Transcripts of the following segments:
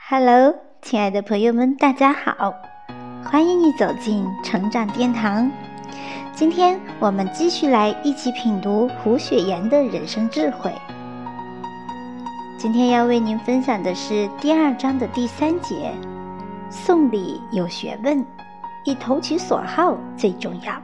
Hello， 亲爱的朋友们，大家好，欢迎你走进成长殿堂。今天我们继续来一起品读胡雪岩的人生智慧。今天要为您分享的是第2章的第3节，送礼有学问，以投其所好最重要。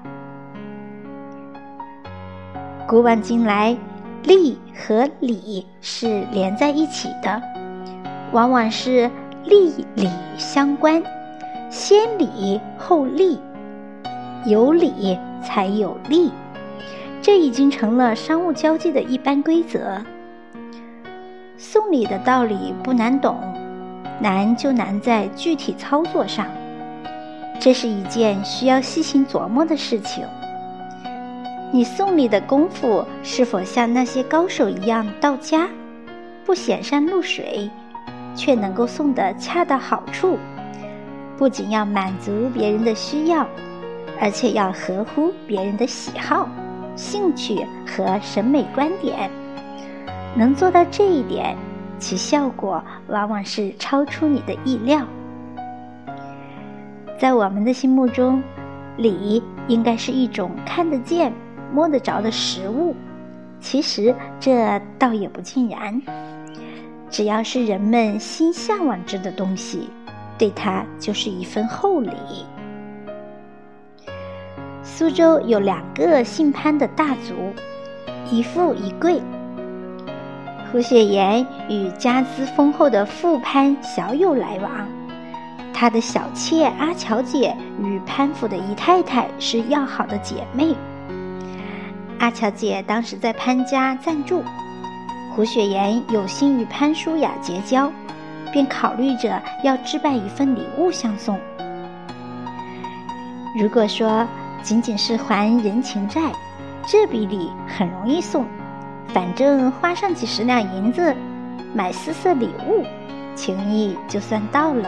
古往今来，利和礼是连在一起的，往往是利礼相关，先礼后利，有礼才有利，这已经成了商务交际的一般规则。送礼的道理不难懂，难就难在具体操作上，这是一件需要细心琢磨的事情。你送礼的功夫是否像那些高手一样到家，不显山露水，却能够送得恰到好处，不仅要满足别人的需要，而且要合乎别人的喜好、兴趣和审美观点。能做到这一点，其效果往往是超出你的意料。在我们的心目中，礼应该是一种看得见、摸得着的实物，其实这倒也不尽然。只要是人们心向往之的东西，对它就是一份厚礼。苏州有2个姓潘的大族，一富一贵。胡雪岩与家资丰厚的富潘小有来往，他的小妾阿乔姐与潘府的姨太太是要好的姐妹。阿乔姐当时在潘家暂住，胡雪岩有心与潘淑雅结交，便考虑着要置办一份礼物相送。如果说仅仅是还人情债，这笔礼很容易送，反正花上几10两银子买私色礼物，情谊就算到了。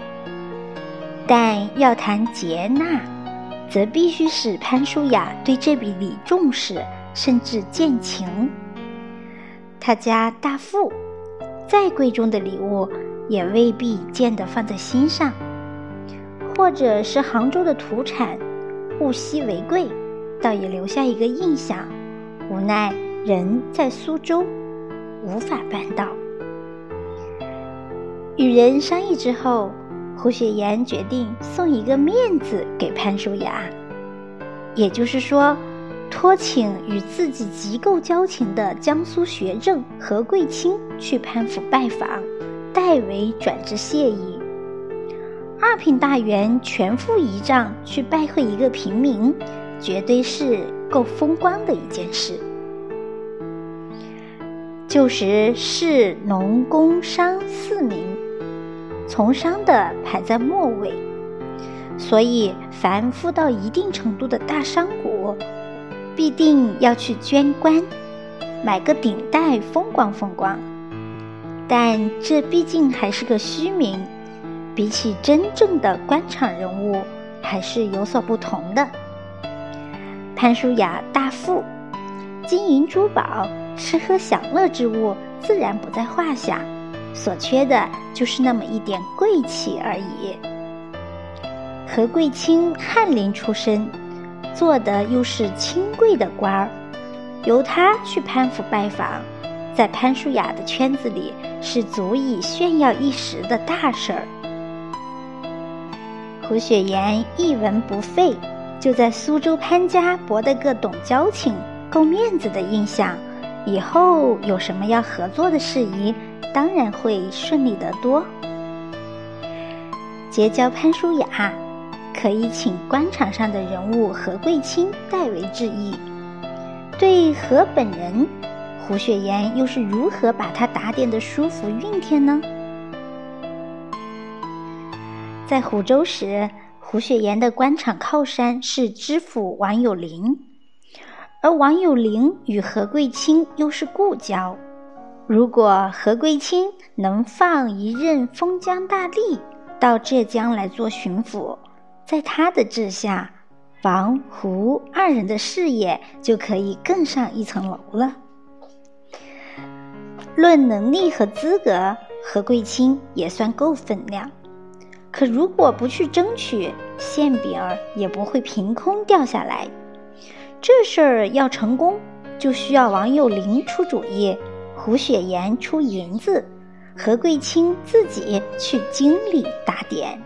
但要谈结纳，则必须使潘淑雅对这笔礼重视，甚至见情。他家大富，再贵重的礼物也未必见得放在心上，或者是杭州的土产，物稀为贵，倒也留下一个印象，无奈人在苏州，无法办到。与人商议之后，胡雪岩决定送一个面子给潘淑雅，也就是说，托请与自己极够交情的江苏学政何贵卿去潘府拜访，代为转致谢意。2品大员全副仪仗去拜会一个平民，绝对是够风光的一件事。旧时士农工商4民，从商的排在末位，所以凡富到一定程度的大商贾，必定要去捐官，买个顶戴风光风光。但这毕竟还是个虚名，比起真正的官场人物还是有所不同的。潘淑雅大富，金银珠宝、吃喝享乐之物自然不在话下，所缺的就是那么一点贵气而已。何贵卿翰林出身，做的又是清贵的官儿，由他去潘府拜访，在潘淑雅的圈子里是足以炫耀一时的大事儿。胡雪岩一文不废，就在苏州潘家博得个懂交情、够面子的印象，以后有什么要合作的事宜，当然会顺利得多。结交潘淑雅，可以请官场上的人物何贵卿代为致意。对何本人，胡雪岩又是如何把他打点的舒服熨帖呢？在湖州时，胡雪岩的官场靠山是知府王有龄，而王有龄与何贵卿又是故交。如果何贵卿能放一任封疆大吏到浙江来做巡抚，在他的治下，王胡2人的事业就可以更上一层楼了。论能力和资格， 何贵卿也算够分量。可如果不去争取，馅饼儿也不会凭空掉下来。这事儿要成功，就需要王有龄出主意，胡雪岩出银子，何贵卿自己去经理打点。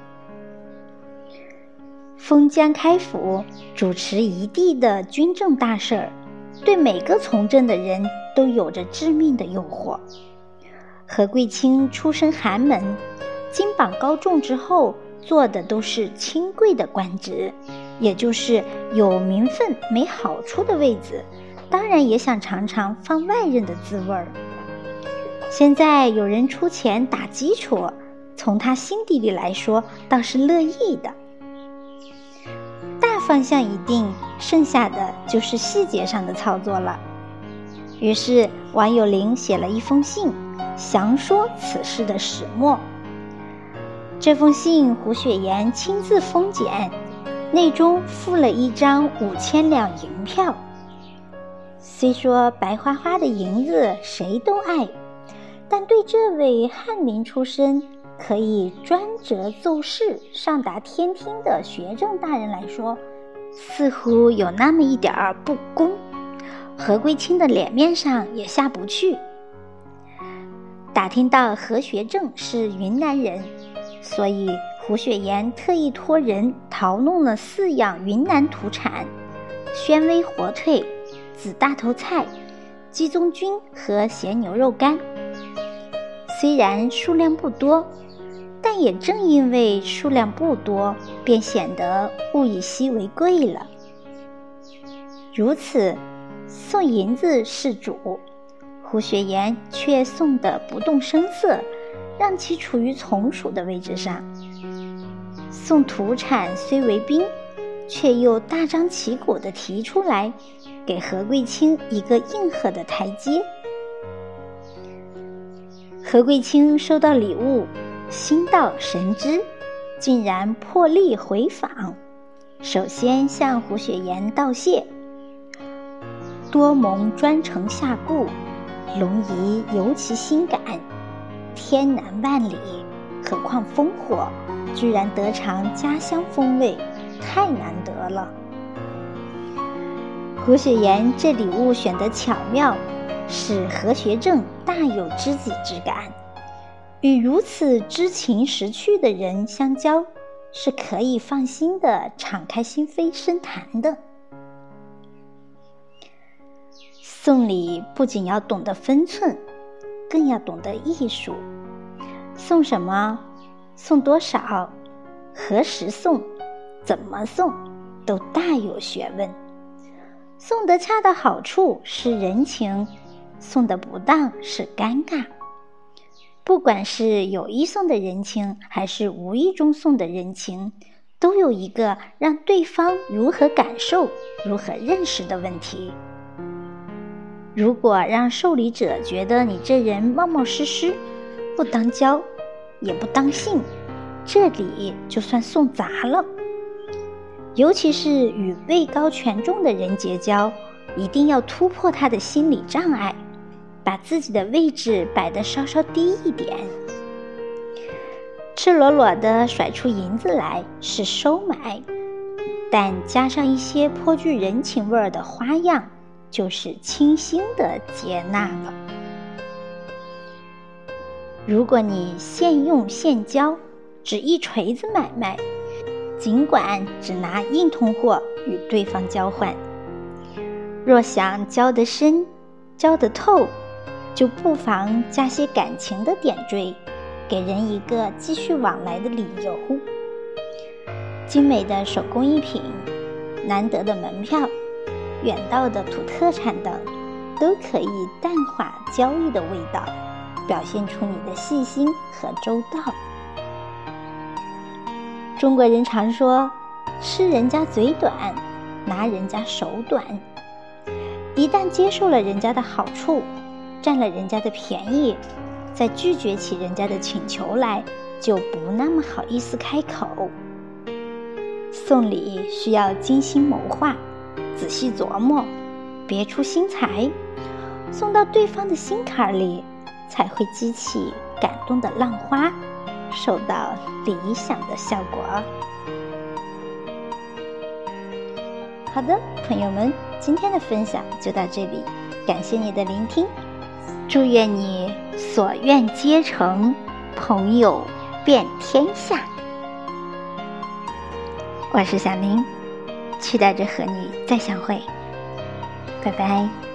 封疆开府，主持一地的军政大事儿，对每个从政的人都有着致命的诱惑。何贵卿出身寒门，金榜高中之后做的都是清贵的官职，也就是有名分没好处的位子，当然也想尝尝放外任的滋味儿。现在有人出钱打基础，从他心底里来说倒是乐意的。大方向一定，剩下的就是细节上的操作了。于是王有龄写了一封信，详说此事的始末。这封信胡雪岩亲自封检，内中附了一张5000两银票。虽说白花花的银子谁都爱，但对这位翰林出身，可以专责奏事上达天听的学政大人来说，似乎有那么一点儿不公，何贵卿的脸面上也下不去。打听到何学正是云南人，所以胡雪岩特意托人淘弄了4样云南土产：宣威火腿、紫大头菜、鸡枞菌和咸牛肉干。虽然数量不多，但也正因为数量不多，便显得物以稀为贵了。如此，送银子是主，胡雪岩却送得不动声色，让其处于从属的位置上。送土产虽为宾，却又大张旗鼓地提出来，给何贵卿一个应和的台阶。何贵卿收到礼物，心到神知，竟然破例回访。首先向胡雪岩道谢，多蒙专程下顾，龙姨尤其心感，天南万里，何况烽火，居然得尝家乡风味，太难得了。胡雪岩这礼物选得巧妙，使何学正大有知己之感。与如此知情识趣的人相交，是可以放心的敞开心扉深谈的。送礼不仅要懂得分寸，更要懂得艺术。送什么，送多少，何时送，怎么送，都大有学问。送得恰到好处是人情，送得不当是尴尬。不管是有意送的人情，还是无意中送的人情，都有一个让对方如何感受、如何认识的问题。如果让受礼者觉得你这人冒冒失失，不当交，也不当信，这礼就算送砸了。尤其是与位高权重的人结交，一定要突破他的心理障碍，把自己的位置摆得稍稍低一点。赤裸裸地甩出银子来是收买，但加上一些颇具人情味儿的花样，就是倾心的接纳了。如果你现用现交，只一锤子买卖，尽管只拿硬通货与对方交换，若想交得深、交得透，就不妨加些感情的点缀，给人一个继续往来的理由。精美的手工艺品、难得的门票、远道的土特产等，都可以淡化交易的味道，表现出你的细心和周到。中国人常说，吃人家嘴短，拿人家手短。一旦接受了人家的好处，占了人家的便宜，再拒绝起人家的请求来，就不那么好意思开口。送礼需要精心谋划，仔细琢磨，别出心裁，送到对方的心坎里，才会激起感动的浪花收到理想的效果。好的，朋友们，今天的分享就到这里，感谢你的聆听，祝愿你所愿皆成，朋友遍天下。我是小林，期待着和你再相会，拜拜。